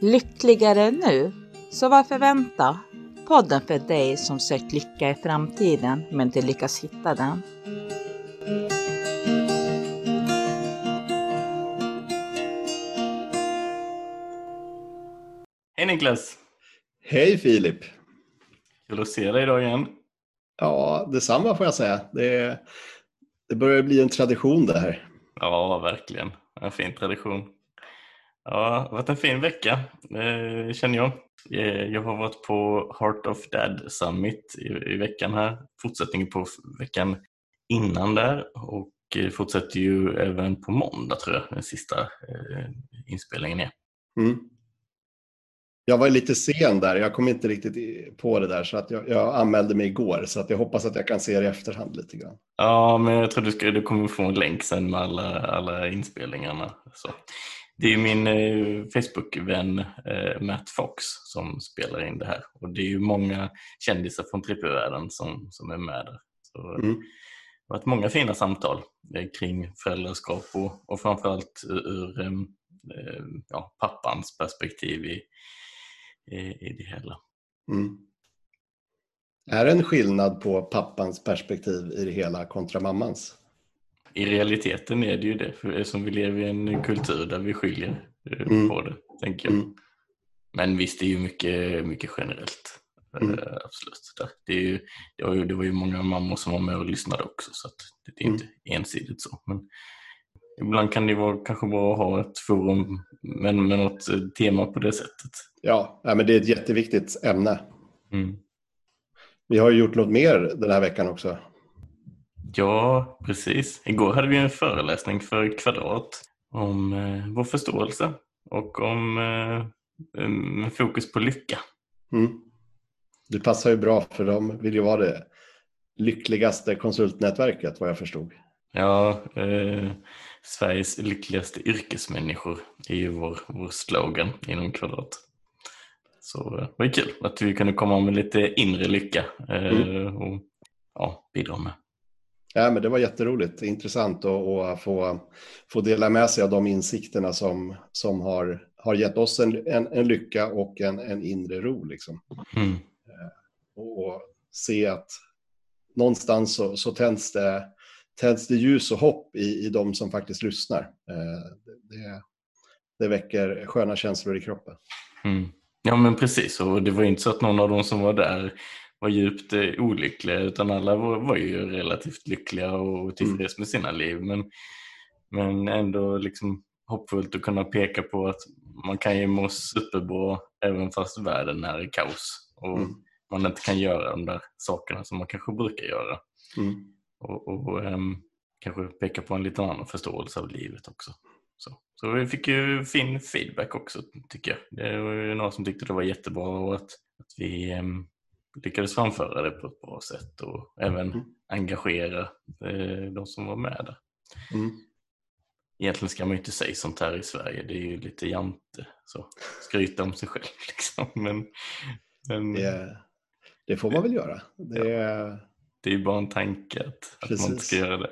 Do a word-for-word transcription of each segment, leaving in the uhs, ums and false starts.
Lyckligare nu? Så varför vänta? Podden för dig som sökt lycka i framtiden men inte lyckas hitta den. Hej Niklas! Hej Filip! Kul att se dig idag igen. Ja, detsamma får jag säga. Det, det börjar bli en tradition det här. Ja, verkligen. En fin tradition. Ja, det har varit en fin vecka, eh, känner jag. Jag har varit på Heart of Dad Summit i, i veckan här. Fortsättningen på veckan innan där. Och fortsätter ju även på måndag tror jag, den sista eh, inspelningen är. Mm. Jag var lite sen där, jag kom inte riktigt på det där så att jag, jag anmälde mig igår så att jag hoppas att jag kan se det i efterhand lite grann. Ja, men jag tror du, ska, du kommer få en länk sen med alla, alla inspelningarna. Så. Det är ju min eh, Facebook-vän eh, Matt Fox som spelar in det här. Och det är ju många kändisar från trippelvärlden som, som är med där. Så, mm. Det har varit många fina samtal eh, kring föräldraskap och, och framförallt ur eh, ja, pappans perspektiv i, i, i det hela. Mm. Är det en skillnad på pappans perspektiv i det hela kontra mammans? I realiteten är det ju det, för som vi lever i en kultur där vi skiljer mm. på det, tänker jag. Mm. Men visst, det är ju mycket, mycket generellt. Mm. Uh, absolut. Det, är ju, det, var ju, det var ju många mammor som var med och lyssnade också, så att det är inte mm. ensidigt så. Men ibland kan det vara kanske bra att ha ett forum men med något tema på det sättet. Ja, men det är ett jätteviktigt ämne. Mm. Vi har ju gjort något mer den här veckan också. Ja, precis. Igår hade vi en föreläsning för Kvadrat om eh, vår förståelse och om eh, med fokus på lycka. Mm. Det passar ju bra för de vill ju vara det lyckligaste konsultnätverket, vad jag förstod. Ja, eh, Sveriges lyckligaste yrkesmänniskor är ju vår, vår slogan inom Kvadrat. Så det var kul att vi kunde komma med lite inre lycka eh, mm. och ja, bidra med. Ja, men det var jätteroligt, intressant att, att få, få dela med sig av de insikterna som, som har, har gett oss en, en, en lycka och en, en inre ro. Liksom. Mm. Och, och se att någonstans så, så tänds, det, tänds det ljus och hopp i, i de som faktiskt lyssnar. Det, det väcker sköna känslor i kroppen. Mm. Ja, men precis. Och det var inte så att någon av dem som var där var djupt eh, olyckliga, utan alla var, var ju relativt lyckliga och tillfreds med sina liv. Men, men ändå liksom hoppfullt att kunna peka på att man kan ju må superbra även fast världen är i kaos. Och mm. man inte kan göra de där sakerna som man kanske brukar göra. Mm. Och, och um, kanske peka på en lite annan förståelse av livet också. Så, så vi fick ju fin feedback också, tycker jag. Det var ju några som tyckte det var jättebra och att, att vi um, lyckades framföra det på ett bra sätt och även mm. engagera eh, de som var med där. Mm. Egentligen ska man ju inte säga sånt här i Sverige, det är ju lite jante, så skryta om sig själv liksom. Men, men det, det får man väl göra. Det, ja, det är ju bara en tanke att, att man inte ska göra det.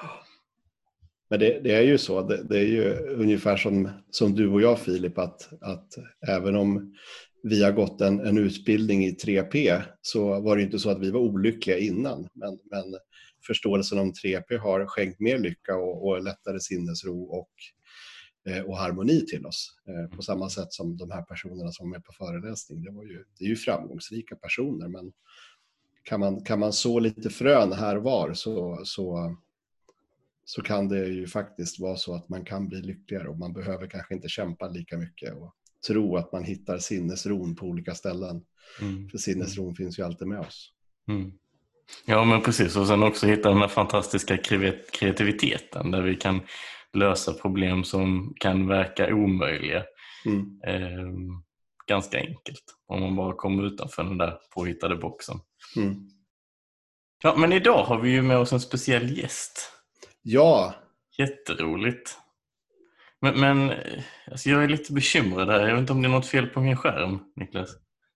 Men det, det är ju så, det, det är ju ungefär som, som du och jag Filip, att, att även om vi har gått en, en utbildning i tre P så var det inte så att vi var olyckliga innan. Men, men förståelsen om tre P har skänkt mer lycka och, och lättare sinnesro och, eh, och harmoni till oss. Eh, på samma sätt som de här personerna som är med på föreläsning. Det, var ju, det är ju framgångsrika personer, men kan man, kan man så lite frön här var så, så, så kan det ju faktiskt vara så att man kan bli lyckligare och man behöver kanske inte kämpa lika mycket och tro att man hittar sinnesron på olika ställen. Mm. För sinnesron mm. finns ju alltid med oss. Mm. Ja, men precis. Och sen också hitta den här fantastiska kreativiteten där vi kan lösa problem som kan verka omöjliga. Mm. Eh, ganska enkelt. Om man bara kommer utanför den där påhittade boxen. Mm. Ja, men idag har vi ju med oss en speciell gäst. Ja. Jätteroligt. Men, men alltså jag är lite bekymrad här. Jag vet inte om det är något fel på min skärm, Niklas.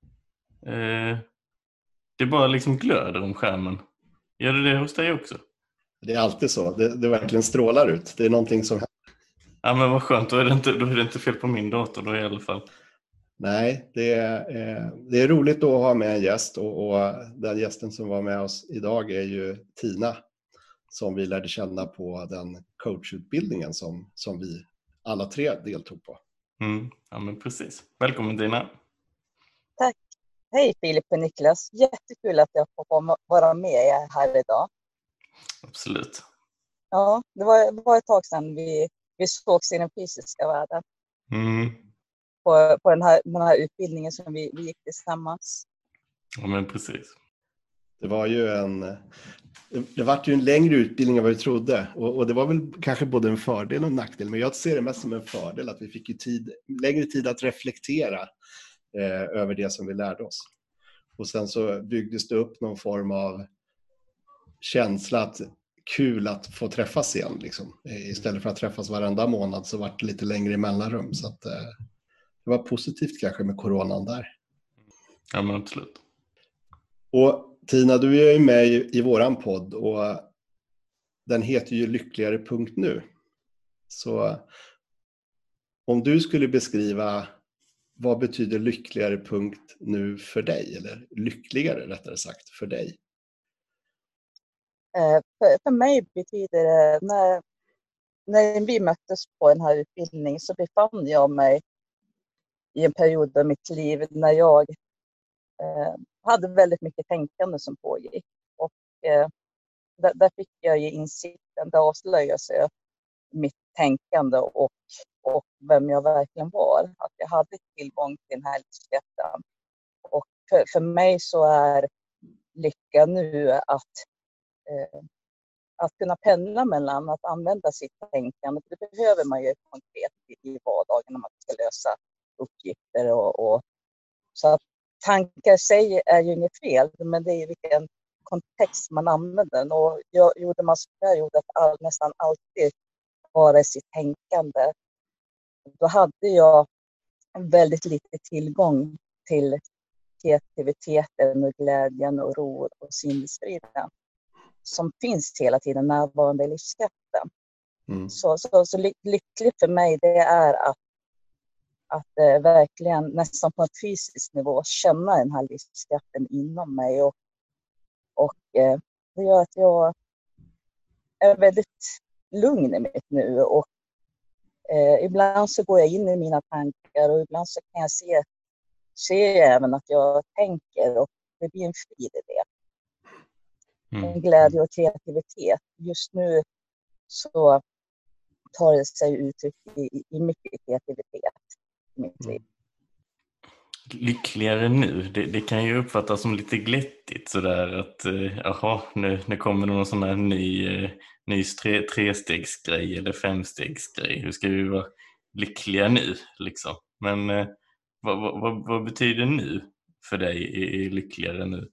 Eh, det bara liksom glöder om skärmen. Gör det det hos dig också? Det är alltid så. Det, det verkligen strålar ut. Det är någonting som händer. Ja, men vad skönt. Då är det inte, då är det inte fel på min dator då i alla fall. Nej, det är, det är roligt att ha med en gäst och, och den gästen som var med oss idag är ju Tina som vi lärde känna på den coachutbildningen som, som vi alla tre deltog på. Mm, ja, men precis. Välkommen Tina. Tack. Hej Filip och Niklas. Jättekul att jag får vara med här idag. Absolut. Ja, det var, det var ett tag sedan vi, vi sågs i den fysiska världen. Mm. På, på den, här, den här utbildningen som vi, vi gick tillsammans. Ja, men precis. Det var ju en, det var ju en längre utbildning än vad vi trodde. Och, och det var väl kanske både en fördel och en nackdel. Men jag ser det mest som en fördel att vi fick ju tid, längre tid att reflektera eh, över det som vi lärde oss. Och sen så byggdes det upp någon form av känsla att kul att få träffas igen. Liksom. Istället för att träffas varenda månad så var det lite längre i mellanrum. Så att, eh, det var positivt kanske med coronan där. Ja, men absolut. Och Tina, du är ju med i, i våran podd och den heter ju lyckligare punkt nu. Så om du skulle beskriva vad betyder lyckligare punkt nu för dig? Eller lyckligare rättare sagt för dig? Eh, för, för mig betyder det, när, när vi möttes på den här utbildningen så befann jag mig i en period av mitt liv när jag eh, hade väldigt mycket tänkande som pågick. Och eh, där, där fick jag ju insikten, det avslöjade sig mitt tänkande och, och vem jag verkligen var. Att jag hade tillgång till den här livskraften. Och för, för mig så är lycka nu att, eh, att kunna pendla mellan att använda sitt tänkande. För det behöver man ju konkret i, i vardagen när man ska lösa uppgifter. Och, och, så att tankar i sig är ju inget fel, men det är vilken kontext man använder. Och jag gjorde man så jag gjorde att all, nästan alltid vara i sitt tänkande. Då hade jag väldigt lite tillgång till kreativiteten och glädjen och ro och sinnesfriden som finns hela tiden närvarande i livskraften. Mm. Så, så, så lyckligt för mig det är att, att eh, verkligen nästan på en fysisk nivå känna den här livskraften inom mig och, och eh, det gör att jag är väldigt lugn i mitt nu och eh, ibland så går jag in i mina tankar och ibland så kan jag se, se även att jag tänker och det blir en frid i det. Mm. En glädje och kreativitet. Just nu så tar det sig uttryck i, i mycket kreativitet i mitt liv. Lyckligare nu, det, det kan ju uppfattas som lite glättigt sådär att eh, jaha, nu, nu kommer det någon sån här ny, eh, ny tre, trestegsgrej eller femstegsgrej. Hur ska vi vara lyckliga nu liksom? Men eh, vad, vad, vad betyder nu för dig i, i lyckligare nu?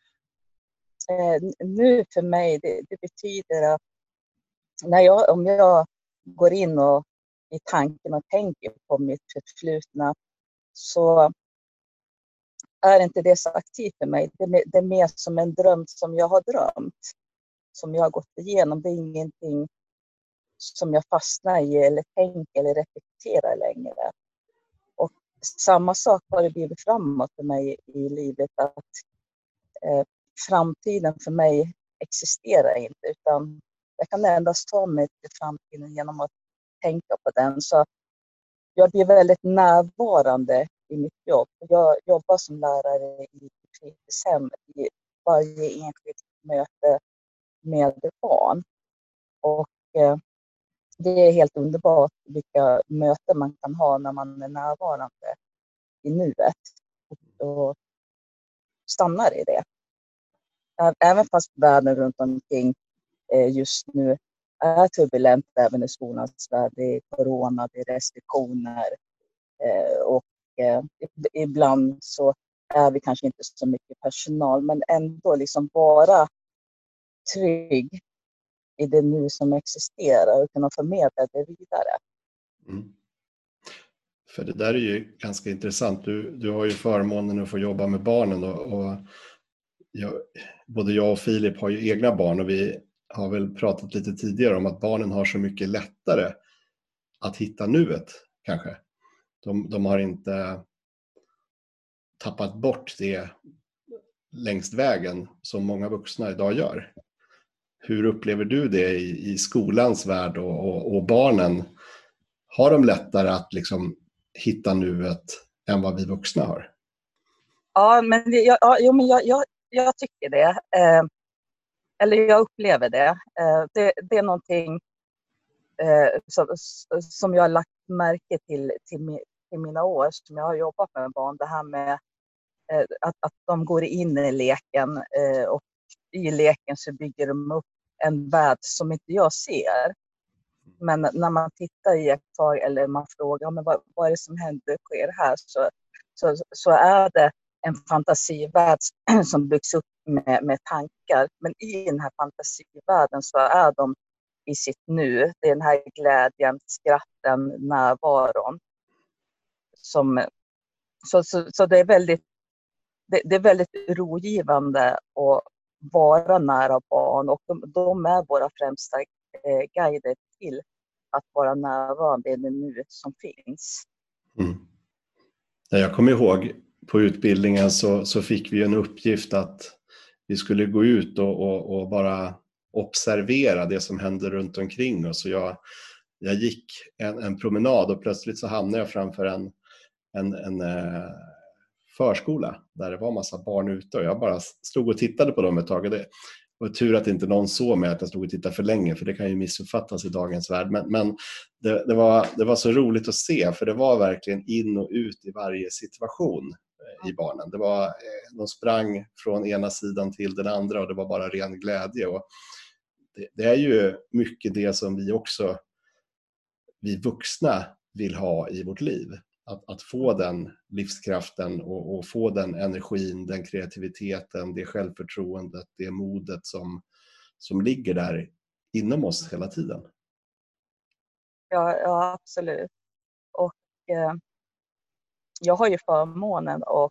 Eh, nu för mig, det, det betyder att när jag, om jag går in och i tanken och tänker på mitt förflutna så är inte det så aktivt för mig. Det, det är mer som en dröm som jag har drömt. Som jag har gått igenom. Det är ingenting som jag fastnar i eller tänker eller reflekterar längre. Och samma sak har det blivit framåt för mig i livet. Att eh, framtiden för mig existerar inte. Utan jag kan endast ta mig till framtiden genom att tänka på den. Så jag blir väldigt närvarande i mitt jobb. Jag jobbar som lärare i fritidshem i varje enskilt möte med barn. Och eh, det är helt underbart vilka möten man kan ha när man är närvarande i nuet. Och stannar i det. Även fast världen runt omkring eh, just nu är turbulent även i skolans värld. Det är corona, det är restriktioner eh, och eh, ibland så är vi kanske inte så mycket personal men ändå liksom vara trygg i det nu som existerar och kunna förmedla det vidare. Mm. För det där är ju ganska intressant. Du, du har ju förmånen att få jobba med barnen och, och jag, både jag och Filip har ju egna barn och vi har väl pratat lite tidigare om att barnen har så mycket lättare att hitta nuet kanske. De, de har inte tappat bort det längs vägen som många vuxna idag gör. Hur upplever du det i, i skolans värld och, och, och barnen? Har de lättare att liksom hitta nuet än vad vi vuxna har? Ja, men, det, jag, ja, jo, men jag, jag, jag tycker det. Eh, eller jag upplever det. Eh, det. Det är någonting eh, som, som jag har lagt märke till, till i mina år som jag har jobbat med barn. Det här med eh, att, att de går in i leken eh, och i leken så bygger de upp en värld som inte jag ser. Men när man tittar i ett tag eller man frågar men vad, vad är det som händer sker här så, så, så är det en fantasivärld som byggs upp med, med tankar. Men i den här fantasivärlden så är de i sitt nu. Det är den här glädjen, skratten, närvaron. Som, så, så, så det är väldigt det, det är väldigt rogivande att vara nära barn och de, de är våra främsta eh, guider till att vara närvarande i det nu som finns. Mm. Jag kommer ihåg på utbildningen så, så fick vi en uppgift att vi skulle gå ut och, och, och bara observera det som händer runt omkring oss. Så jag, jag gick en, en promenad och plötsligt så hamnade jag framför en, en, en eh, förskola där det var en massa barn ute och jag bara stod och tittade på dem ett tag. Det var tur att inte någon såg mig att jag stod och tittade för länge för det kan ju missuppfattas i dagens värld. Men, men det, det, var, det var så roligt att se för det var verkligen in och ut i varje situation i barnen. Det var, de sprang från ena sidan till den andra och det var bara ren glädje. Och det, det är ju mycket det som vi också, vi vuxna vill ha i vårt liv. Att, att få den livskraften och, och få den energin, den kreativiteten, det självförtroendet, det modet som, som ligger där inom oss hela tiden. Ja, ja absolut. Och eh, jag har ju förmånen och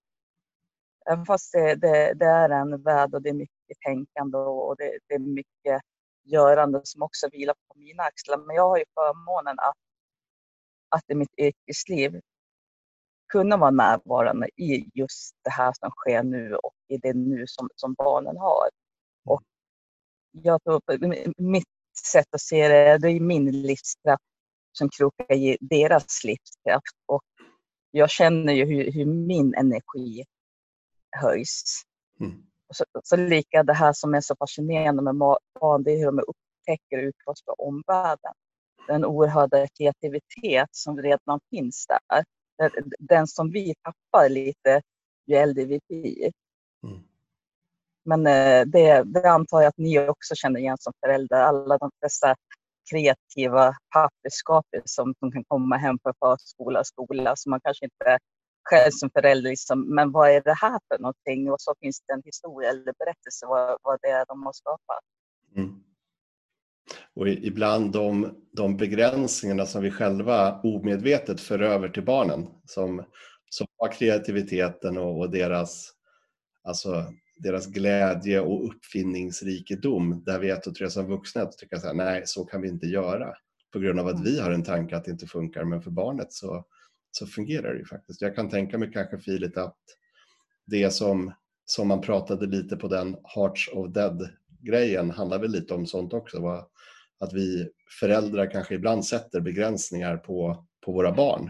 även fast det, det, det är en värld och det är mycket tänkande och det, det är mycket görande som också vilar på mina axlar. Men jag har ju förmånen att att i mitt yrkesliv kunna vara närvarande i just det här som sker nu och i det nu som, som barnen har. Och jag tror mitt sätt att se det, det är min livskraft som krokar i deras livskraft. Och jag känner ju hur, hur min energi höjs. Mm. Så, så lika det här som är så fascinerande med barn, det är hur de upptäcker och utforskar omvärlden. Den oerhörda kreativitet som redan finns där. Den som vi tappar lite ju äldre vi blir. Mm. Men det, det antar jag att ni också känner igen som föräldrar. Alla de dessa kreativa papperskaper som, som kan komma hem på förskola och skola. Så man kanske inte själv som förälder liksom, men vad är det här för någonting? Och så finns det en historia eller berättelse vad, vad det är de har skapat. Mm. Och ibland de, de begränsningarna som vi själva omedvetet för över till barnen som, som har kreativiteten och, och deras, alltså, deras glädje och uppfinningsrikedom där vi ett och tre som vuxna att tycka så här, nej så kan vi inte göra på grund av att vi har en tanke att det inte funkar men för barnet så, så fungerar det ju faktiskt. Jag kan tänka mig kanske Filip att det som, som man pratade lite på den Hearts of Dead-grejen handlar väl lite om sånt också va? Att vi föräldrar kanske ibland sätter begränsningar på, på våra barn.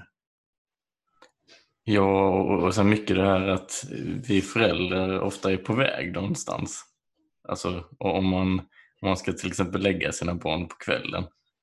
Ja, och sen mycket det här att vi föräldrar ofta är på väg någonstans. Alltså om man, om man ska till exempel lägga sina barn på kvällen.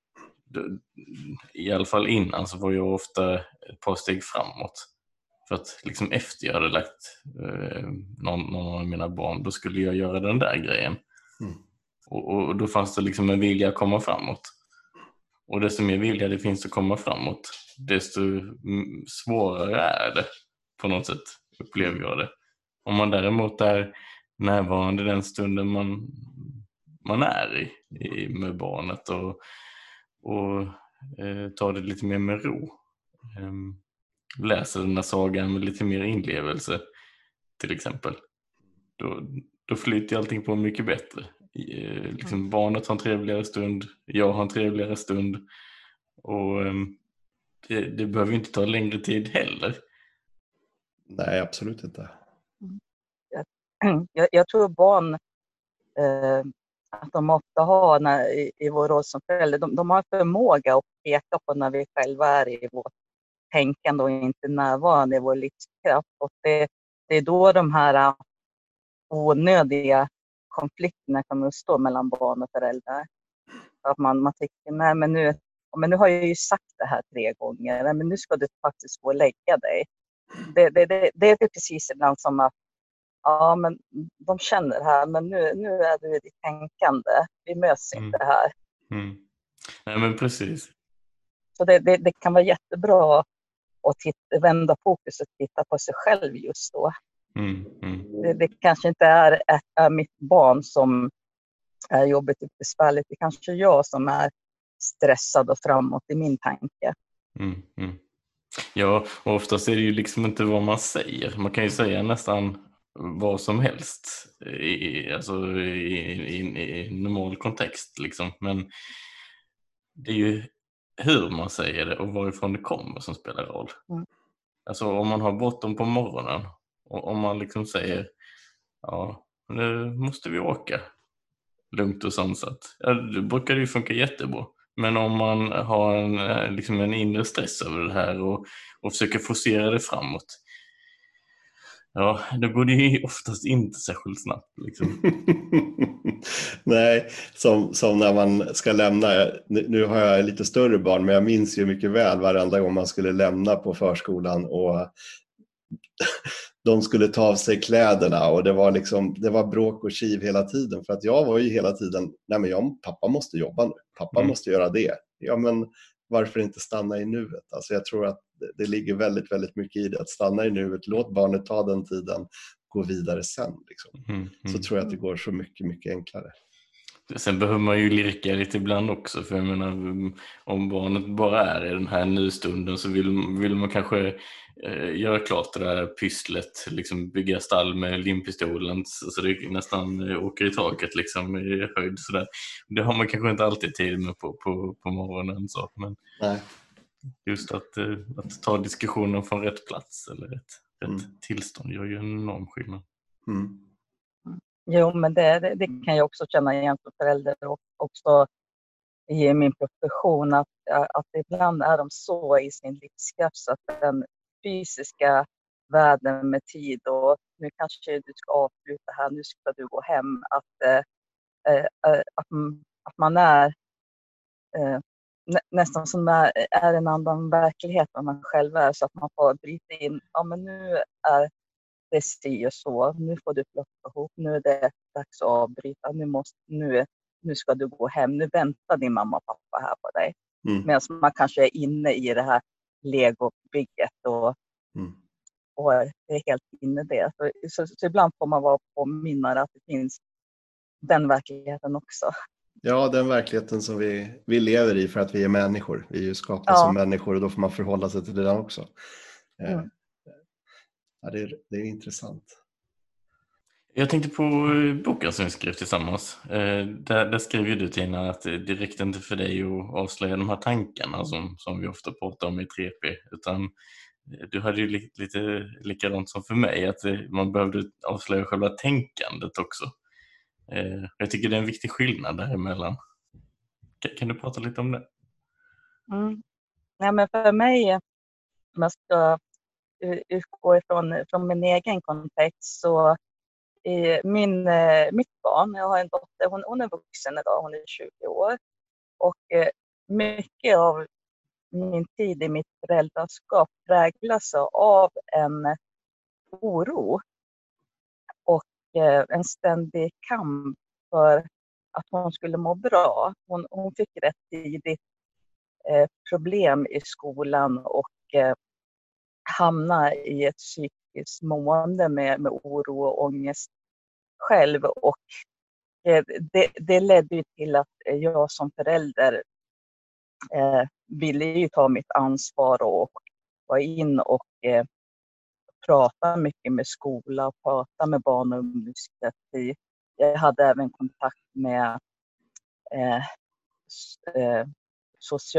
I alla fall innan så var jag ofta ett par steg framåt. För att liksom efter jag hade lagt eh, någon, någon av mina barn, då skulle jag göra den där grejen. Mm. Och, och då fanns det liksom en vilja att komma framåt. Och desto mer vilja det finns att komma framåt, desto svårare är det på något sätt, upplever jag det. Om man däremot är närvarande den stunden man, man är i, i med barnet och, och eh, tar det lite mer med ro. Eh, läser den där sagan med lite mer inlevelse till exempel. Då, då flyter allting på mycket bättre. Liksom mm. Barnet har en trevligare stund, jag har en trevligare stund och um, det, det behöver inte ta längre tid heller. Nej, absolut inte. Jag, jag tror barn, eh, att de ofta har när, i, i vår roll som förälder, de, de har förmåga att peka på när vi själva är i vårt tänkande och inte närvarande i vår livskraft. Och det, det är då de här onödiga konflikterna kan uppstå mellan barn och föräldrar. Att man, man tycker, nej men nu, men nu har jag ju sagt det här tre gånger, nej, men nu ska du faktiskt gå och lägga dig. Det, det, det, det är precis ibland som att ja, men de känner det här, men nu, nu är du i ditt tänkande. Vi möts Mm. inte här. Mm. Nej, men precis. Så det, det, det kan vara jättebra att titta, vända fokus och titta på sig själv just då. Mm. Mm. Det, det kanske inte är, är, är mitt barn som är jobbigt och besvärligt. Det kanske är jag som är stressad och framåt i min tanke. Mm. Mm. Ja, och oftast är det ju liksom inte vad man säger. Man kan ju säga nästan vad som helst i, alltså i, i, i normal kontext liksom. Men det är ju hur man säger det och varifrån det kommer som spelar roll. Mm. Alltså om man har bråttom på morgonen och om man liksom säger ja, nu måste vi åka lugnt och sansat. Ja, det brukar ju funka jättebra. Men om man har en, liksom en inre stress över det här och, och försöker forcera det framåt, ja, då går det ju oftast inte särskilt snabbt. Liksom. Nej, som, som när man ska lämna. Nu, nu har jag lite större barn, men jag minns ju mycket väl varenda gång man skulle lämna på förskolan och de skulle ta av sig kläderna och det var liksom, det var bråk och kiv hela tiden. För att jag var ju hela tiden, nej men jag, pappa måste jobba nu, pappa Mm. måste göra det. Ja men varför inte stanna i nuet? Alltså jag tror att det, det ligger väldigt, väldigt mycket i det. Att stanna i nuet, låt barnet ta den tiden, gå vidare sen. Liksom. Mm, mm. Så tror jag att det går så mycket, mycket enklare. Sen behöver man ju lirka lite ibland också, för jag menar, om barnet bara är i den här nustunden så vill, vill man kanske eh, göra klart det där pysslet, liksom bygga stall med limpistolen så det nästan eh, åker i taket liksom, i höjd sådär. Det har man kanske inte alltid tid med på, på, på morgonen så, men Nej. just att, eh, att ta diskussionen från rätt plats eller rätt, rätt Mm. tillstånd gör ju en enorm skillnad. Mm. Jo, men det, det, det kan jag också känna igen som förälder och också i min profession att, att ibland är de så i sin livskraft så att den fysiska världen med tid och nu kanske du ska avsluta här, nu ska du gå hem, att, äh, att, att man är äh, nä, nästan som är, är en annan verklighet än man själv är, så att man får bryta in, ja men nu är det si och så, nu får du plocka ihop, nu är det dags att avbryta, nu, måste, nu, nu ska du gå hem, nu väntar din mamma och pappa här på dig. Mm. Medan man kanske är inne i det här legobygget och, Mm. och är helt inne i det. Så, så, så ibland får man vara påminnad att det finns den verkligheten också. Ja, den verkligheten som vi, vi lever i för att vi är människor. Vi är ju skapade Ja. som människor och då får man förhålla sig till den också. Mm. Ja, det, är, det är intressant. Jag tänkte på boken som vi skrev tillsammans. Eh, där, där skrev ju du, Tina, att det räckte inte för dig att avslöja de här tankarna som, som vi ofta pratar om i tre P, utan du hade ju lite, lite likadant som för mig, att man behövde avslöja själva tänkandet också. Eh, jag tycker det är en viktig skillnad däremellan. Kan, kan du prata lite om det? Mm. Ja, men för mig, om jag ska utgå ifrån från min egen kontext, så min, mitt barn, jag har en dotter, hon, hon är vuxen idag, hon är tjugo år. Och mycket av min tid i mitt föräldraskap präglas av en oro och en ständig kamp för att hon skulle må bra. Hon, hon fick rätt tidigt eh, problem i skolan och eh, hamna i ett psykiskt mående med, med oro och ångest själv. Och eh, det, det ledde ju till att jag som förälder eh, ville ju ta mitt ansvar och vara in och eh, prata mycket med skola och prata med barn och ungdomspsykiatri. Jag hade även kontakt med eh, eh,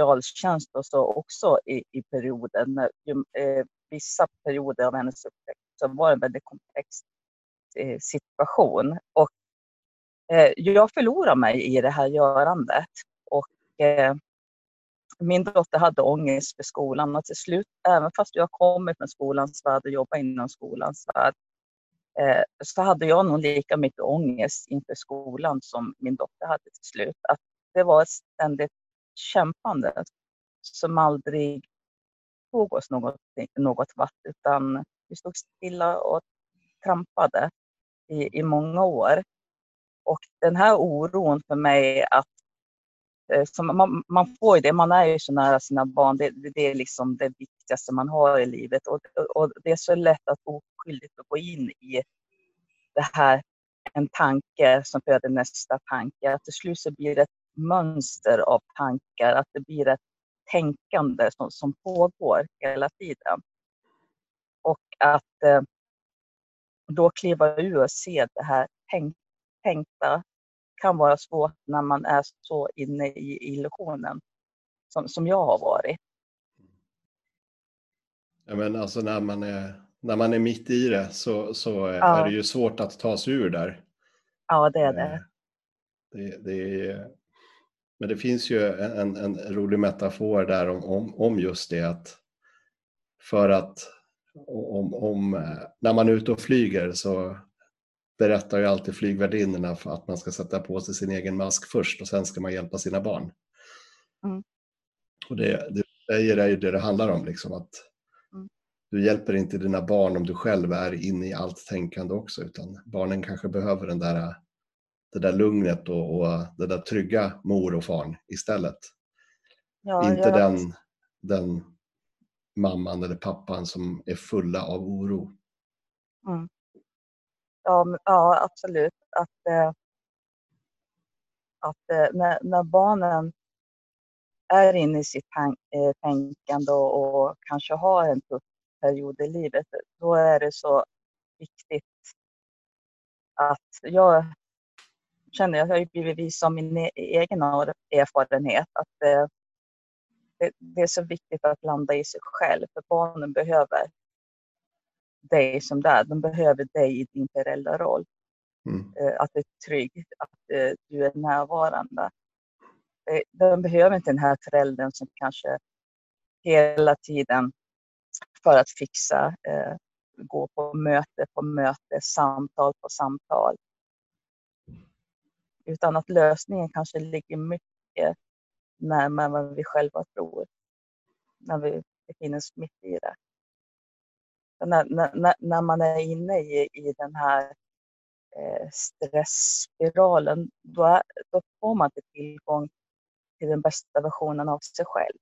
socialtjänst och så också i, i perioden. När, eh, vissa perioder av hennes uppväxt så var det en väldigt komplex eh, situation. Och eh, jag förlorade mig i det här görandet. Och eh, min dotter hade ångest för skolan. Och till slut, även fast jag kommer från skolans värld och jobbar inom skolans värld, eh, så hade jag nog lika mycket ångest inför skolan som min dotter hade till slut. Att det var ett ständigt kämpande som aldrig tog oss något, något vatt, utan vi stod stilla och trampade i, i många år. Och den här oron för mig att som man, man får ju det, man är ju så nära sina barn, det, det är liksom det viktigaste man har i livet. Och, och det är så lätt att oskyldigt att gå in i det här, en tanke som föder nästa tanke. Att till slut så blir det ett mönster av tankar, att det blir ett tänkande som, som pågår hela tiden. Och att eh, då kliva ur och se det här tänk, tänkta kan vara svårt när man är så inne i illusionen som, som jag har varit. Ja, men alltså när man är, när man är mitt i det så, så är Ja. det ju svårt att ta sig ur där. Ja, det är det. det, det är, men det finns ju en, en rolig metafor där om, om, om just det, att för att om, om, när man är ute och flyger så berättar ju alltid flygvärdinnorna för att man ska sätta på sig sin egen mask först och sen ska man hjälpa sina barn. Mm. Och det, det säger är ju det det handlar om, liksom, att Mm. du hjälper inte dina barn om du själv är inne i allt tänkande också, utan barnen kanske behöver den där, det där lugnet och, och det där trygga mor och fan istället. Ja, inte jag, den, den mamman eller pappan som är fulla av oro. mm. ja, men- ja, absolut. Att, eh, att eh, när, när barnen är inne i sitt tank, eh, tänkande och, och kanske har en tuff period i livet, då är det så viktigt att jag känner, jag har ju blivit vis av min e- egen erfarenhet, att eh, det, det är så viktigt att landa i sig själv, för barnen behöver dig som där, de behöver dig i din föräldraroll. Mm. Eh, att det är tryggt, att eh, du är närvarande. Eh, de behöver inte den här föräldern som kanske hela tiden för att fixa, eh, gå på möte på möte, samtal på samtal. Utan att lösningen kanske ligger mycket närmare vad vi själva tror. När vi befinner oss mitt i det. För när, när, när man är inne i, i den här eh, stressspiralen, då, är, då får man inte tillgång till den bästa versionen av sig själv.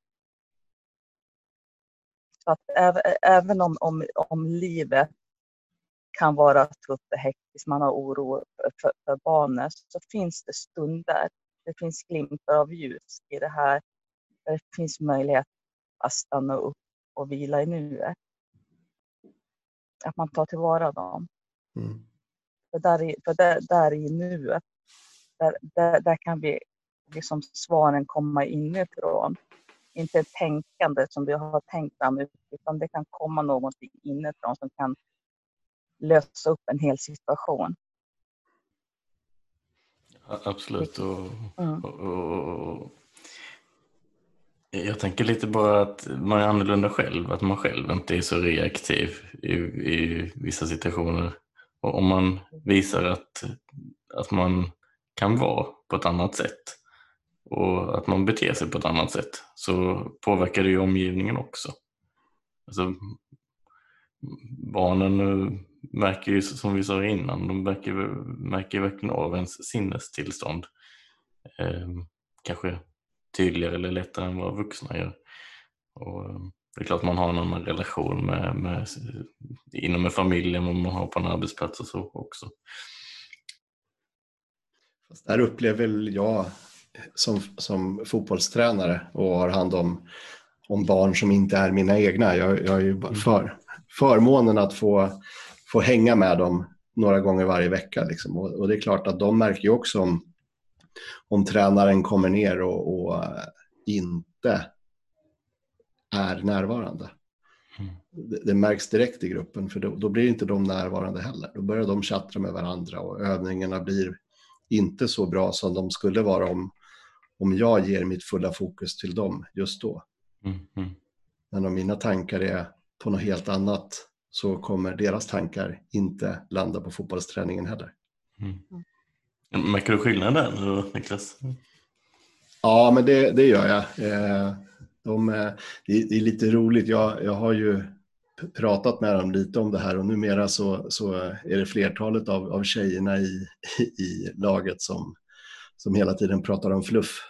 Så att även, även om, om, om livet kan vara tufft och hektiskt, man har oro för, för barnen, så finns det stunder, det finns glimtar av ljus i det här, där det finns möjlighet att stanna upp och vila i nuet. Att man tar tillvara dem. Mm. För där i, för där, där i nuet, där, där, där kan vi liksom svaren komma inifrån. Inte ett tänkande som vi har tänkt fram, utan det kan komma någonting inifrån som kan lösa upp en hel situation. Ja, absolut. Och, Mm. och, och, och, jag tänker lite bara att man är annorlunda själv, att man själv inte är så reaktiv i, i vissa situationer. Och om man visar att, att man kan vara på ett annat sätt och att man beter sig på ett annat sätt, så påverkar det ju omgivningen också. Alltså, barnen märker ju, som vi sa innan, de märker, märker verkligen av ens sinnestillstånd. Eh, kanske tydligare eller lättare än vad vuxna gör. Och det är klart man har en annan relation med, med, inom en familj än vad man har på en arbetsplats och så också. Fast där upplever väl jag som, som fotbollstränare och har hand om, om barn som inte är mina egna. Jag, jag är ju bara för, förmånen att få, få hänga med dem några gånger varje vecka. Liksom. Och, och det är klart att de märker ju också om, om tränaren kommer ner och, och inte är närvarande. Mm. Det, det märks direkt i gruppen, för då, då blir inte de närvarande heller. Då börjar de chattra med varandra och övningarna blir inte så bra som de skulle vara om, om jag ger mitt fulla fokus till dem just då. Mm. Mm. Men om mina tankar är på något helt annat så kommer deras tankar inte landa på fotbollsträningen heller. Mm. Märker du skillnad där då, Niklas? Ja, men det, det gör jag. Eh, de, det, det är lite roligt. Jag, jag har ju pratat med dem lite om det här och numera så, så är det flertalet av, av tjejerna i, i laget som, som hela tiden pratar om fluff.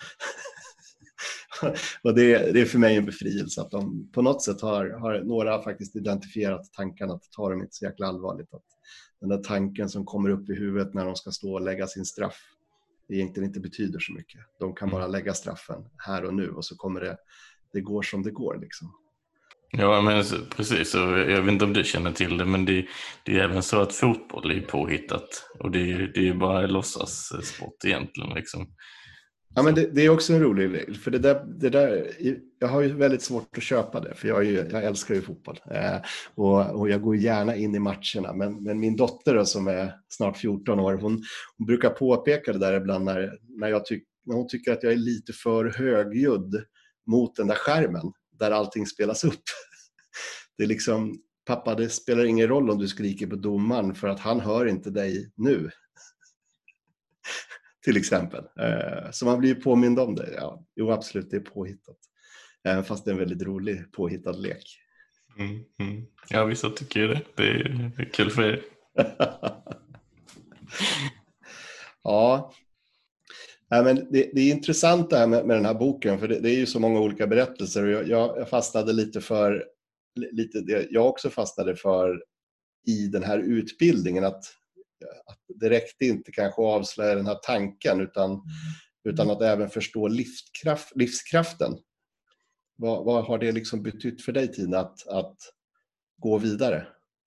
Och det, det är för mig en befrielse att de på något sätt har, har några faktiskt identifierat tankarna, att ta dem inte så jäkla allvarligt. Att den där tanken som kommer upp i huvudet när de ska stå och lägga sin straff egentligen inte betyder så mycket. De kan bara lägga straffen här och nu och så kommer det, det går som det går liksom. Ja, men precis. Och jag vet inte om du känner till det, men det, det är även så att fotboll är påhittat. Och det är, det är bara låtsas sport egentligen liksom. Ja, men det, det är också en rolig regel, för det där, det där, jag har ju väldigt svårt att köpa det, för jag, är ju, jag älskar ju fotboll eh, och, och jag går gärna in i matcherna, men, men min dotter då, som är snart fjorton år, hon, hon brukar påpeka det där ibland när, när, jag tyck, när hon tycker att jag är lite för högljudd mot den där skärmen där allting spelas upp. Det är liksom, pappa, det spelar ingen roll om du skriker på domaren för att han hör inte dig nu. Till exempel. Så man blir påmind om det. Ja, jo, absolut, det är påhittat. Fast det är en väldigt rolig påhittad lek. Mm, mm. Ja, vissa tycker ju det. Det är, det är kul för er. Ja. Ja, men det, det är intressant det här med, med den här boken, för det, det är ju så många olika berättelser. Och jag, jag fastnade lite för, lite, jag också fastnade för i den här utbildningen att att det räckte inte kanske att avslöja den här tanken utan, utan att även förstå livskraft, livskraften. Vad, vad har det liksom betytt för dig, Tina, att, att gå vidare?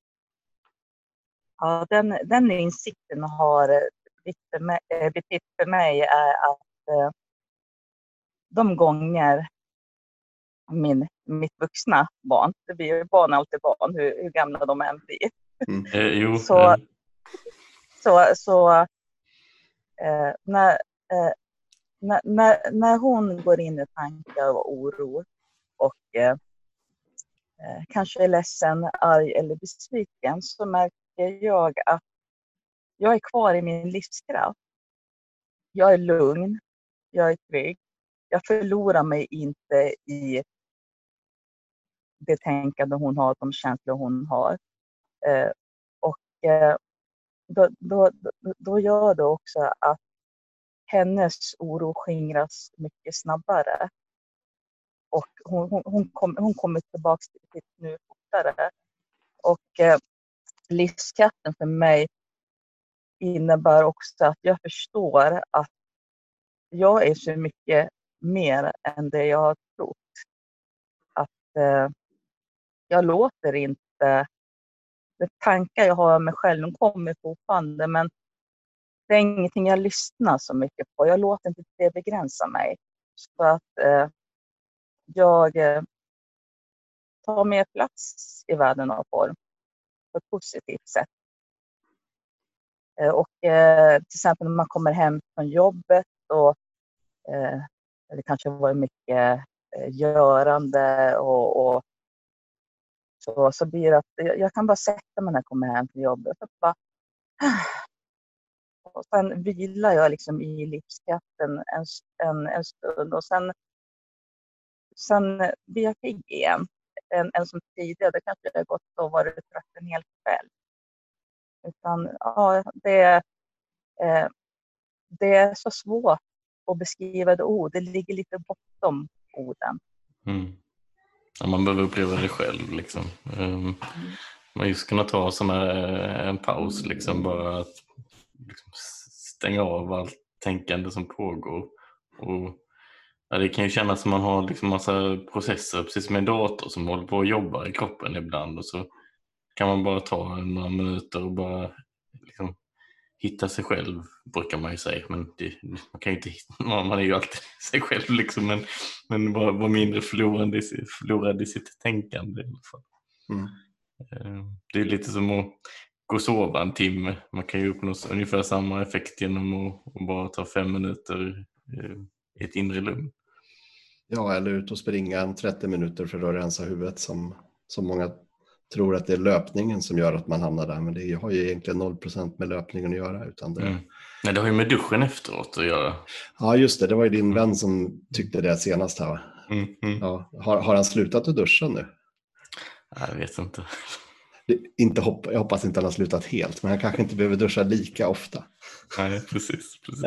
Ja, den, den insikten har betytt för mig är att de gånger min, mitt vuxna barn, det blir ju barn alltid barn, hur, hur gamla de än blir. Mm. Eh, jo, så, eh. så, så eh, när, eh, när, när, när hon går in i tankar och oro och eh, kanske är ledsen, arg eller besviken, så märker jag att jag är kvar i min livskraft. Jag är lugn, jag är trygg. Jag förlorar mig inte i det tänkande hon har, de känslor hon har. Eh, och eh, då, då, då gör det också att hennes oro skingras mycket snabbare. Och hon, hon, hon, kom, hon kommer tillbaka till sitt nu fortare. Och eh, livskraften för mig innebär också att jag förstår att jag är så mycket mer än det jag har trott. Att eh, jag låter inte, de tankar jag har om mig själv, de kommer fortfarande, men det är ingenting jag lyssnar så mycket på. Jag låter inte det begränsa mig. Så att eh, jag eh, tar mer plats i världen av form på ett positivt sätt. Eh, och eh, till exempel när man kommer hem från jobbet och eh, det kanske var mycket eh, görande och, och så, så blir det att jag, jag kan bara sätta mig när jag kommer hem från jobbet och bara och sen vilar jag liksom i livskraften en, en, en stund och sen, sen blir jag pigg igen. En, en som tidigare, det kanske jag gått och varit trött en hel kväll. Utan ja, det, eh, det är så svårt att beskriva det ord. Det ligger lite bortom orden. Mm. Ja, man behöver uppleva det själv liksom. Um, man just kunna ta som en paus liksom, bara att liksom, stänga av allt tänkande som pågår. Och ja, det kan ju kännas som man har liksom massa processer precis som en dator som håller på att jobba i kroppen ibland, och så kan man bara ta några minuter och bara liksom hitta sig själv, brukar man ju säga. Men det, man, kan ju inte, man är ju alltid sig själv liksom, men, men vara var mindre förlorad i, förlorad i sitt tänkande i alla fall. Mm. Det är lite som att gå och sova en timme. Man kan ju uppnå ungefär samma effekt genom att, att bara ta fem minuter i ett inre lugn. Ja, eller ut och springa en trettio minuter för att rensa huvudet, som, som många tror att det är löpningen som gör att man hamnar där. Men det har ju egentligen noll procent med löpningen att göra. Utan det... Mm. Nej, det har ju med duschen efteråt att göra. Ja, just det. Det var ju din vän som tyckte det senast här. Mm, mm. Ja, har, har han slutat att duscha nu? Jag vet inte. Det, inte hopp, jag hoppas inte han har slutat helt, men han kanske inte behöver duscha lika ofta. Nej, precis. precis.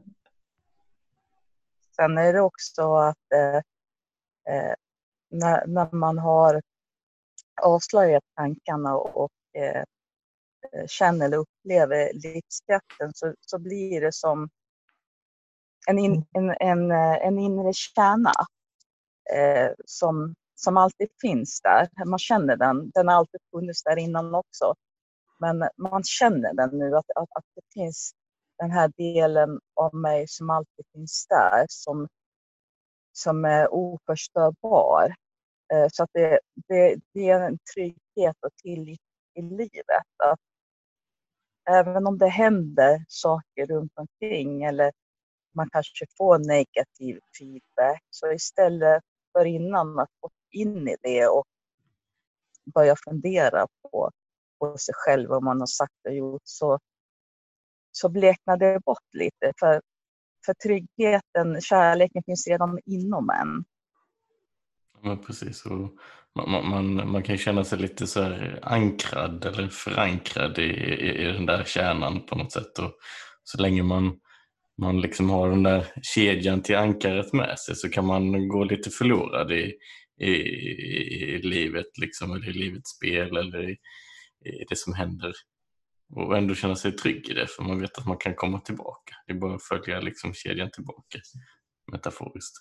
Sen är det också att eh, eh, när, när man har avslöjat tankarna och, och eh, känner eller upplever livskraften, så, så blir det som en, in, en, en, en inre kärna eh, som, som alltid finns där. Man känner den. Den har alltid funnits där innan också. Men man känner den nu, att, att, att det finns den här delen av mig som alltid finns där, som, som är oförstörbar. Eh, så att det, det, det är en trygghet och tillit i livet. Att även om det händer saker runt omkring eller man kanske får negativ feedback, så istället för innan att gå in i det och börja fundera på, på sig själv, vad man har sagt och gjort, så, så bleknar det bort lite. För, för tryggheten, kärleken finns redan inom en. Ja, precis. Och man, man, man kan känna sig lite så här ankrad eller förankrad i, i, i den där kärnan på något sätt. Och så länge man, man liksom har den där kedjan till ankaret med sig, så kan man gå lite förlorad i, i, i livet, liksom, eller i livets spel eller i, i det som händer. Och ändå känna sig trygg i det, för man vet att man kan komma tillbaka. Det är bara att följa liksom kedjan tillbaka, metaforiskt.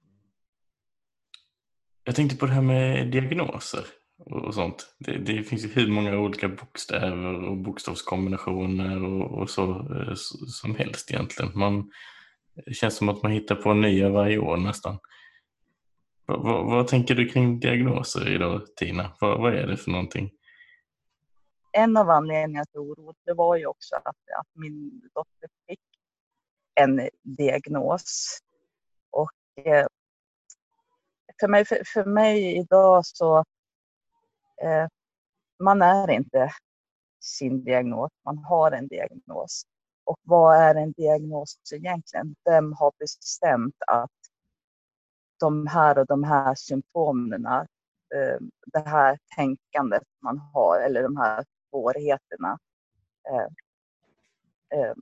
Jag tänkte på det här med diagnoser och sånt. Det, det finns ju hur många olika bokstäver och bokstavskombinationer och, och så som helst egentligen. Man, det känns som att man hittar på nya varje år nästan. Vad, vad, vad tänker du kring diagnoser idag, Tina? Vad, vad är det för någonting? En av anledningarna till oro, det var ju också att, att min dotter fick en diagnos. Och eh, för, mig, för, för mig idag så eh, man är inte sin diagnos, man har en diagnos. Och vad är en diagnos egentligen? Vem har bestämt att de här och de här symptomerna, eh, det här tänkandet man har eller de här svårigheterna. Eh, eh,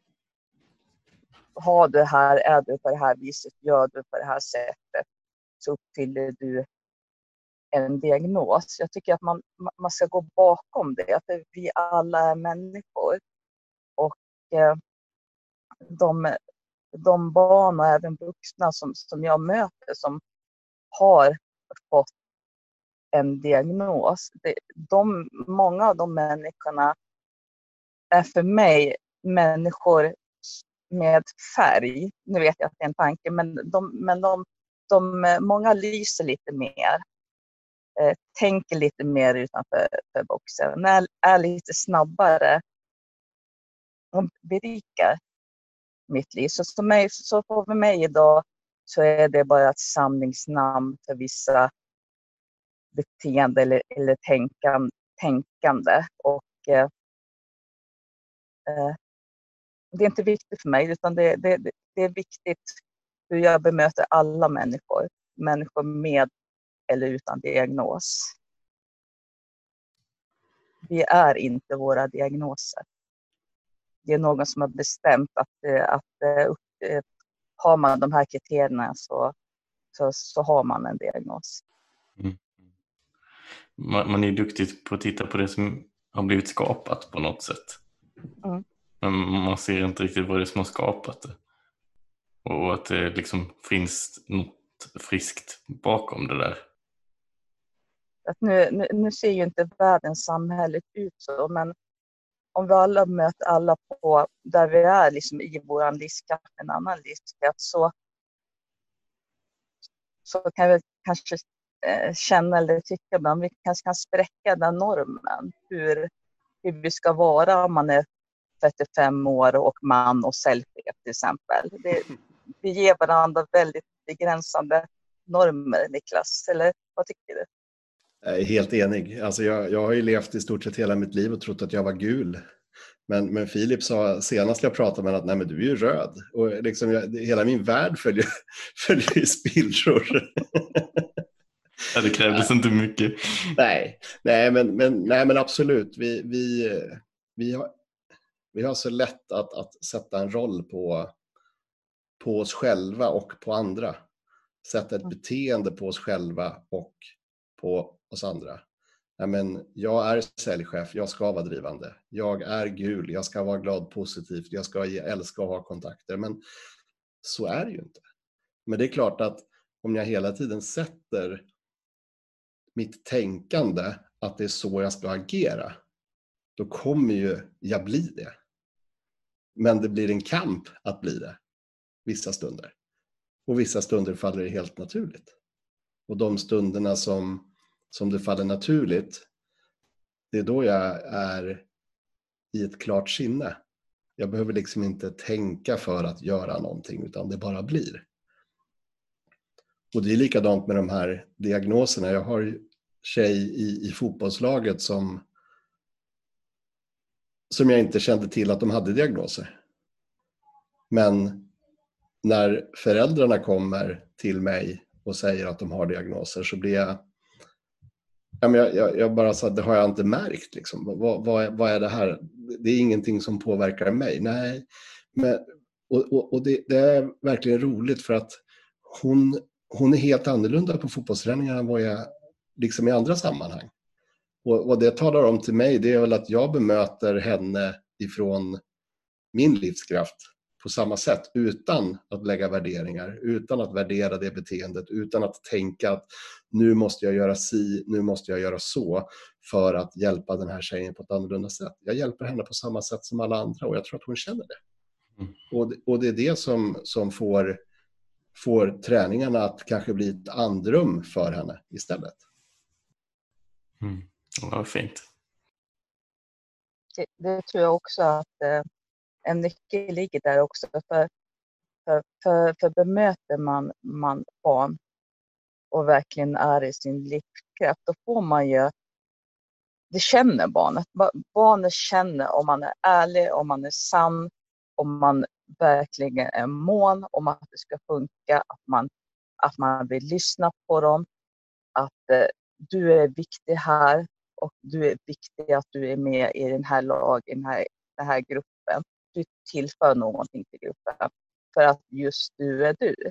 har du här, är du på det här viset, gör du på det här sättet, så uppfyller du en diagnos. Jag tycker att man, man ska gå bakom det, att vi alla är människor. Och eh, de, de barn och även vuxna som, som jag möter som har fått en diagnos, det, de, många av de människorna är för mig människor med färg. Nu vet jag att det är en tanke, men de, men de, de många lyser lite mer. Eh, tänker lite mer utanför för boxen. Är, är lite snabbare. De berikar mitt liv. Så för mig, så för mig idag så är det bara ett samlingsnamn för vissa beteende eller, eller tänkan, tänkande. Och eh, eh, det är inte viktigt för mig, utan det, det, det är viktigt hur jag bemöter alla människor. Människor med eller utan diagnos. Vi är inte våra diagnoser. Det är någon som har bestämt att, att upp, har man de här kriterierna så, så, så har man en diagnos. Mm. Man, man är duktig på att titta på det som har blivit skapat på något sätt. Mm. Men man ser inte riktigt vad det är som har skapat det. Och att det liksom finns något friskt bakom det där. Att nu, nu, nu ser ju inte världens samhället ut så, men om vi alla möter alla på där vi är liksom i vår livskraft, en annan livskraft, så, så kan vi kanske eh, känna eller tycka att vi kanske kan spräcka den normen. Hur, hur vi ska vara om man är trettiofem år och man och säljchef till exempel. Det, vi ger varandra väldigt begränsande normer, Niklas. Eller vad tycker du? Jag är helt enig. Alltså jag, jag har ju levt i stort sett hela mitt liv och trott att jag var gul. Men, men Filip sa senast jag pratade med honom att nej, men du är ju röd. Och liksom jag, hela min värld följer, följer i spillror. Ja, det krävdes inte mycket. Nej, nej, men, men, nej men absolut. Vi, vi, vi, har, vi har så lätt att, att sätta en roll på, på oss själva och på andra. Sätta ett beteende på oss själva och på oss andra. Ja, men jag är säljchef, jag ska vara drivande. Jag är gul, jag ska vara glad positivt, jag ska älska att ha kontakter. Men så är det ju inte. Men det är klart att om jag hela tiden sätter mitt tänkande att det är så jag ska agera, då kommer ju jag bli det. Men det blir en kamp att bli det vissa stunder. Och vissa stunder faller det helt naturligt. Och de stunderna som, som det faller naturligt, det är då jag är i ett klart sinne. Jag behöver liksom inte tänka för att göra någonting, utan det bara blir. Och det är likadant med de här diagnoserna. Jag har tjej i, i fotbollslaget som, som jag inte kände till att de hade diagnoser. Men när föräldrarna kommer till mig och säger att de har diagnoser så blir jag... Ja, men jag, jag, jag bara sa att det har jag inte märkt. Liksom. Vad, vad, vad är det här? Det är ingenting som påverkar mig. Nej, men, och, och, och det, det är verkligen roligt för att hon, hon är helt annorlunda på fotbollsträningar än vad jag liksom i andra sammanhang. Och vad det talar om till mig, det är väl att jag bemöter henne ifrån min livskraft på samma sätt, utan att lägga värderingar, utan att värdera det beteendet, utan att tänka att nu måste jag göra si, nu måste jag göra så för att hjälpa den här tjejen på ett annorlunda sätt. Jag hjälper henne på samma sätt som alla andra och jag tror att hon känner det. Mm. Och, och det är det som, som får, får träningarna att kanske bli ett andrum för henne istället. Mm. Ja, vad fint. Det, det tror jag också att eh, en nyckel ligger där också. För, för, för, för bemöter man, man barn och verkligen är i sin livskraft, då får man ju, det känner barnet. Barnet känner om man är ärlig, om man är sann, om man verkligen är mån om att det ska funka, att man, att man vill lyssna på dem, att eh, du är viktig här och du är viktig att du är med i den här lagen, i den här, den här gruppen. Du tillför någonting till gruppen för att just du är du.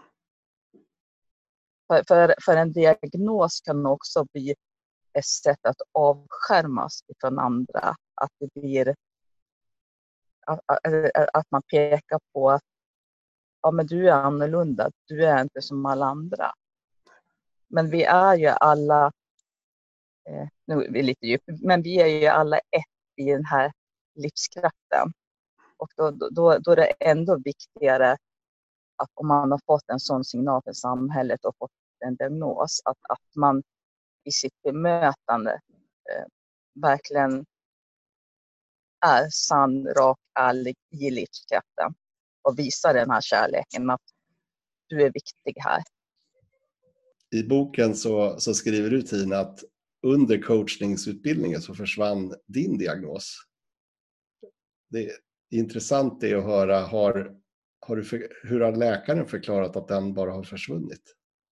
För, för, för en diagnos kan också bli ett sätt att avskärmas från andra. Att det blir att, att, att man pekar på att ja, men du är annorlunda, du är inte som alla andra. Men vi är ju alla, eh, nu är vi lite djupt, men vi är ju alla ett i den här livskraften. Och då, då, då är det ändå viktigare att om man har fått en sån signal från samhället och fått en diagnos, att, att man i sitt bemötande eh, verkligen är sann, rak, ärlig i livskraften och visar den här kärleken att du är viktig här. I boken så, så skriver du, Tina, att under coachningsutbildningen så försvann din diagnos. Det är intressant det att höra, har, har du för, hur har läkaren förklarat att den bara har försvunnit?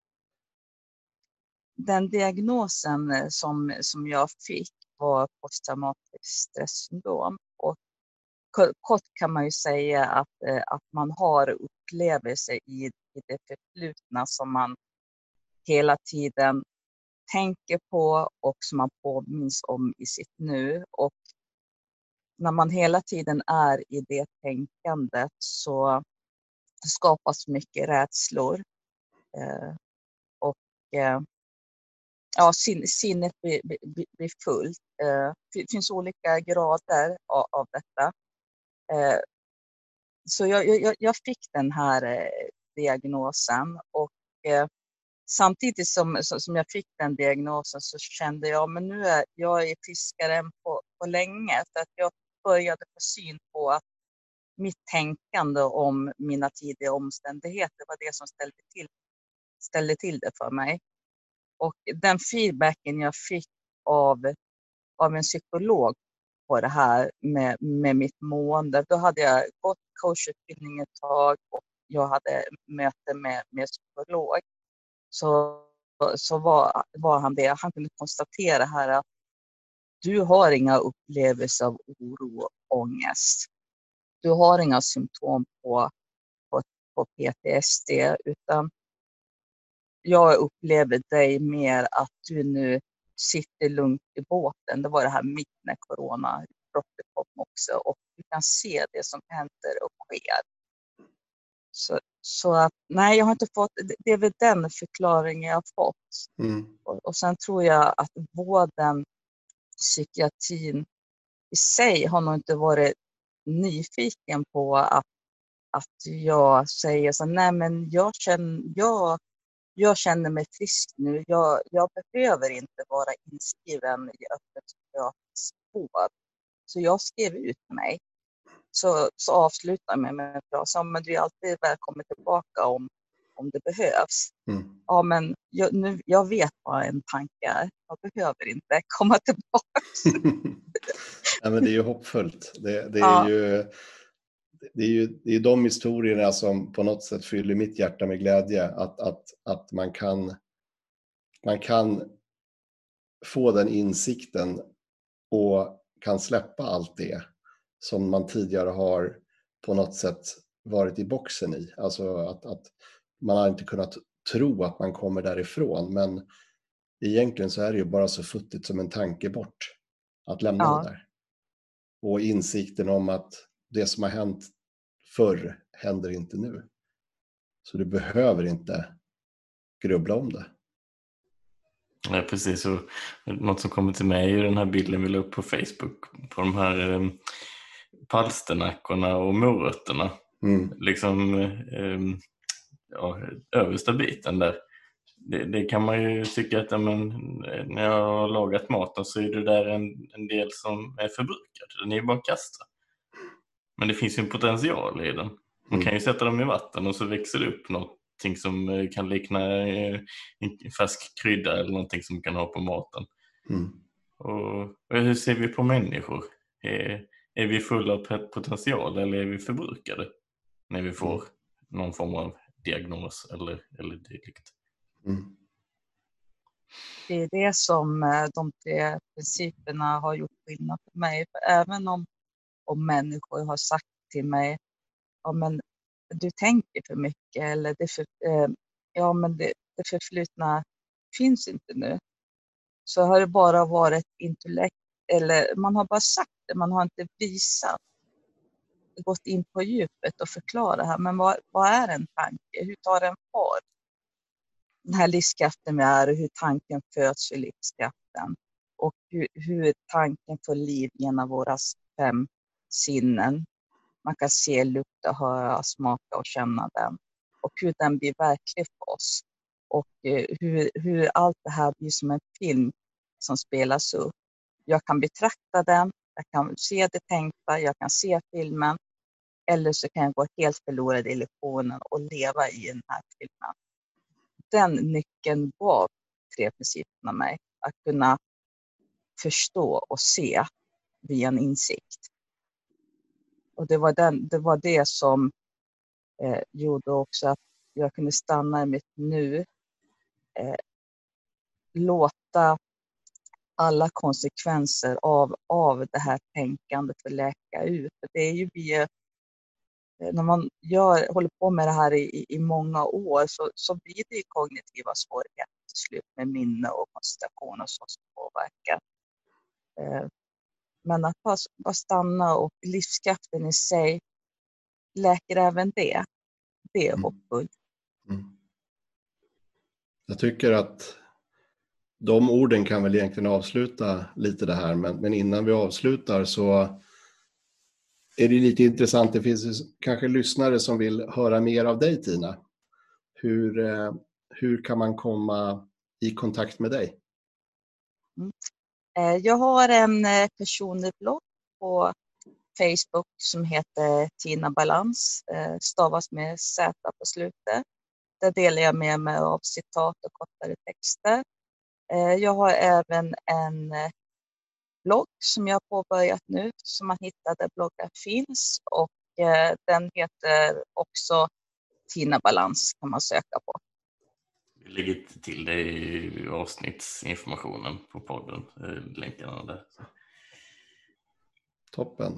Den diagnosen som, som jag fick var posttraumatiskt stresssyndrom. Och kort kan man ju säga att, att man har upplevelser i, i det förflutna som man hela tiden tänker på och som man påminns om i sitt nu. Och när man hela tiden är i det tänkandet så skapas mycket rädslor. Eh, och eh, ja, sin, sinnet blir, blir, blir fullt. Eh, det finns olika grader av, av detta. Eh, så jag, jag, jag fick den här eh, diagnosen och eh, samtidigt som, som jag fick den diagnosen så kände jag men nu är jag är friskare än på, på länge. För att jag började få syn på att mitt tänkande om mina tidiga omständigheter var det som ställde till, ställde till det för mig. Och den feedbacken jag fick av, av en psykolog på det här med, med mitt mående. Då hade jag gått coachutbildning ett tag och jag hade möte med, med psykolog. Så, så var, var han det. Han kunde konstatera här att du har inga upplevelser av oro och ångest. Du har inga symptom på, på, på P T S D utan jag upplever dig mer att du nu sitter lugnt i båten. Det var det här mitt när coronabrottet kom också. Och du kan se det som händer och sker. Så, så att nej, jag har inte fått, det är väl den förklaringen jag har fått. Mm. Och, och sen tror jag att vården, psykiatrin i sig har nog inte varit nyfiken på att, att jag säger så nej men jag känner, jag Jag känner mig frisk nu. Jag, jag behöver inte vara inskriven i öppen psykiatrisk vård. Så jag skrev ut mig. Så, så avslutar jag med att säga men du är alltid välkommen tillbaka om, om det behövs. Mm. Ja, men jag, nu, jag vet vad en tanke är. Jag behöver inte komma tillbaka. Ja, men det är ju hoppfullt. Det, det är Ja. ju... Det är ju det är de historierna som på något sätt fyller mitt hjärta med glädje. Att, att, att man, kan, man kan få den insikten och kan släppa allt det som man tidigare har på något sätt varit i boxen i. Alltså att, att man har inte kunnat tro att man kommer därifrån. Men egentligen så är det ju bara så futtigt som en tanke bort att lämna Ja. det där. Och insikten om att det som har hänt förr händer inte nu. Så du behöver inte grubbla om det. Ja, precis. Och något som kommer till mig är den här bilden vi la upp på Facebook på de här eh, palsternackorna och morötterna. Mm. Liksom eh, ja, översta biten där. Det, det kan man ju tycka att ja, men, när jag har lagat maten så är det där en, en del som är förbrukad. Den är ju bara kasta. Men det finns ju en potential i den. Man kan ju sätta dem i vatten och så växer det upp någonting som kan likna en färsk krydda eller någonting som man kan ha på maten. Mm. Och, och hur ser vi på människor? Är, är vi fulla av potential eller är vi förbrukade när vi får mm. någon form av diagnos eller, eller dylikt? Mm. Det är det som de tre principerna har gjort skillnad för mig. För även om, om människor har sagt till mig ja, men du tänker för mycket eller det, för, eh, ja, men det, det förflutna finns inte nu. Så har det bara varit intellekt eller man har bara sagt det, man har inte visat, gått in på djupet och förklarat här, men vad, vad är en tanke? Hur tar den form? Den här livskraften vi är och hur tanken föds i livskraften och hur, hur tanken får liv genom våra fem sinnen. Man kan se, lukta, höra, smaka och känna den. Och hur den blir verklig för oss. Och hur, hur allt det här blir som en film som spelas upp. Jag kan betrakta den, jag kan se det tänkta, jag kan se filmen. Eller så kan jag gå helt förlorad i illusionen och leva i den här filmen. Den nyckeln gav tre principerna mig. Att kunna förstå och se via en insikt. Och det var, den, det, var det som eh, gjorde också att jag kunde stanna i mitt nu. Eh, låta alla konsekvenser av, av det här tänkandet för läka ut. För det är ju vi, när man gör, håller på med det här i, i många år så, så blir det kognitiva svårigheter till slut med minne och koncentration och sånt som påverkar. Eh, men att bara, bara stanna och livskraften i sig läker även det. Det är hoppfullt. Mm. Jag tycker att de orden kan väl egentligen avsluta lite det här, men, men innan vi avslutar så är det lite intressant. Det finns kanske lyssnare som vill höra mer av dig, Tina. Hur, eh, hur kan man komma i kontakt med dig? Mm. Eh, jag har en eh, personlig blogg på Facebook som heter Tina Balans, eh, stavas med Z på slutet. Där delar jag med mig av citat och kortare texter. Eh, jag har även en eh, blogg som jag har påbörjat nu, som man hittar där bloggar finns, och eh, den heter också Tina Balans, kan man söka på. Vi lägger till det i avsnittsinformationen på podden, länkarna där. Toppen.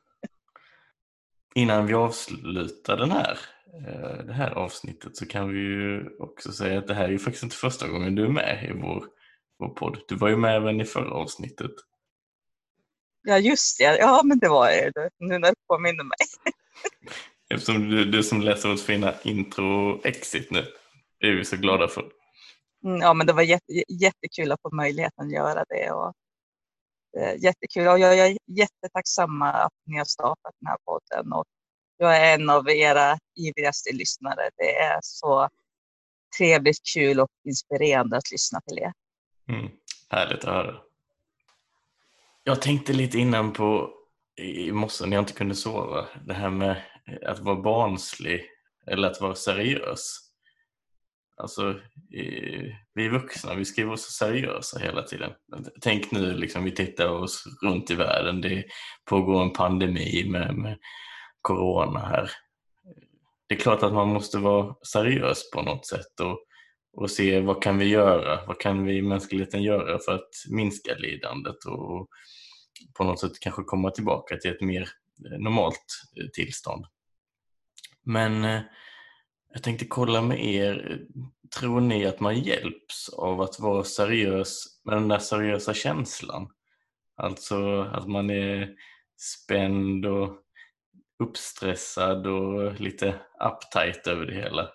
Innan vi avslutar den här, det här avsnittet så kan vi ju också säga att det här är ju faktiskt inte första gången du är med i vår, vår podd. Du var ju med även i förra avsnittet. Ja, just det. Ja, men det var det. Nu när du påminner mig. Eftersom du, du som läser vårt fina intro och exit nu, det är vi så glada för. Mm, ja, men det var jätte, jättekul att få möjligheten att göra det. Och, eh, jättekul. Och jag är jättetacksam att ni har startat den här podden. Och jag är en av era ivrigaste lyssnare. Det är så trevligt, kul och inspirerande att lyssna till er. Mm, härligt att höra. Jag tänkte lite innan på i morse när jag inte kunde sova. Det här med att vara barnslig eller att vara seriös. Alltså, vi är vuxna, vi ska vara så seriösa hela tiden. Tänk nu, liksom, vi tittar oss runt i världen. Det pågår en pandemi med, med corona här. Det är klart att man måste vara seriös på något sätt och, och se vad kan vi göra, vad kan vi mänskligheten göra för att minska lidandet och på något sätt kanske komma tillbaka till ett mer normalt tillstånd. Men jag tänkte kolla med er, tror ni att man hjälps av att vara seriös med den där seriösa känslan? Alltså att man är spänd och uppstressad och lite uptight över det hela.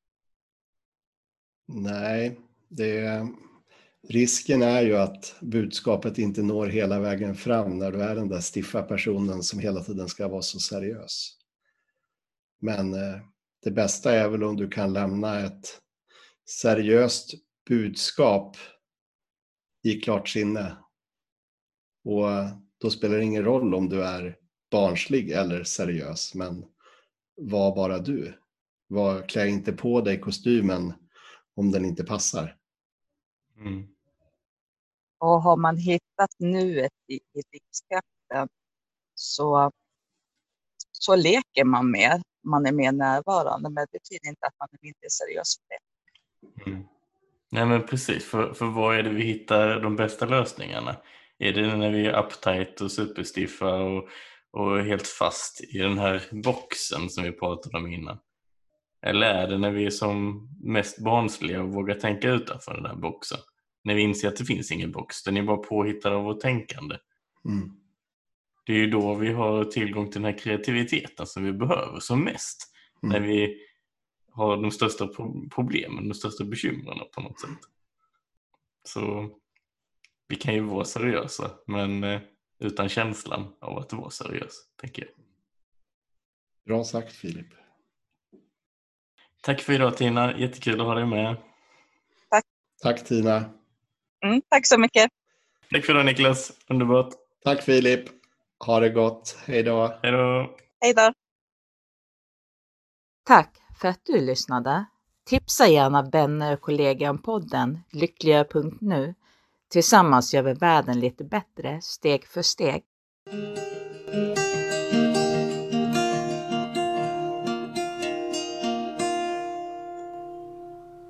Nej, det, risken är ju att budskapet inte når hela vägen fram när du är den där stiffa personen som hela tiden ska vara så seriös. Men det bästa är väl om du kan lämna ett seriöst budskap i klart sinne. Och då spelar det ingen roll om du är barnslig eller seriös, men var bara du. Var, klä inte på dig kostymen om den inte passar. Mm. Och har man hittat nuet i, i livskraften så, så leker man mer. Man är mer närvarande, men det betyder inte att man är mindre seriös för det. Mm. Nej, men precis, för, för vad är det vi hittar de bästa lösningarna? Är det när vi är uptight och superstiffa och, och helt fast i den här boxen som vi pratade om innan? Eller är det när vi är som mest barnsliga och vågar tänka utanför den här boxen? När vi inser att det finns ingen box, den är bara påhittad av vårt tänkande. Mm. Det är ju då vi har tillgång till den här kreativiteten som vi behöver som mest. Mm. När vi har de största problemen, de största bekymren på något sätt. Så vi kan ju vara seriösa, men utan känslan av att vara seriös, tänker jag. Bra sagt, Filip. Tack för idag, Tina. Jättekul att ha dig med. Tack. Tack, Tina. Mm, tack så mycket. Tack för idag, Niklas. Underbart. Tack, Filip. Ha det gott. Hej då. Hej då. Hej då. Tack för att du lyssnade. Tipsa gärna vänner och kollegor om podden lyckligare punkt nu. Tillsammans gör vi världen lite bättre steg för steg.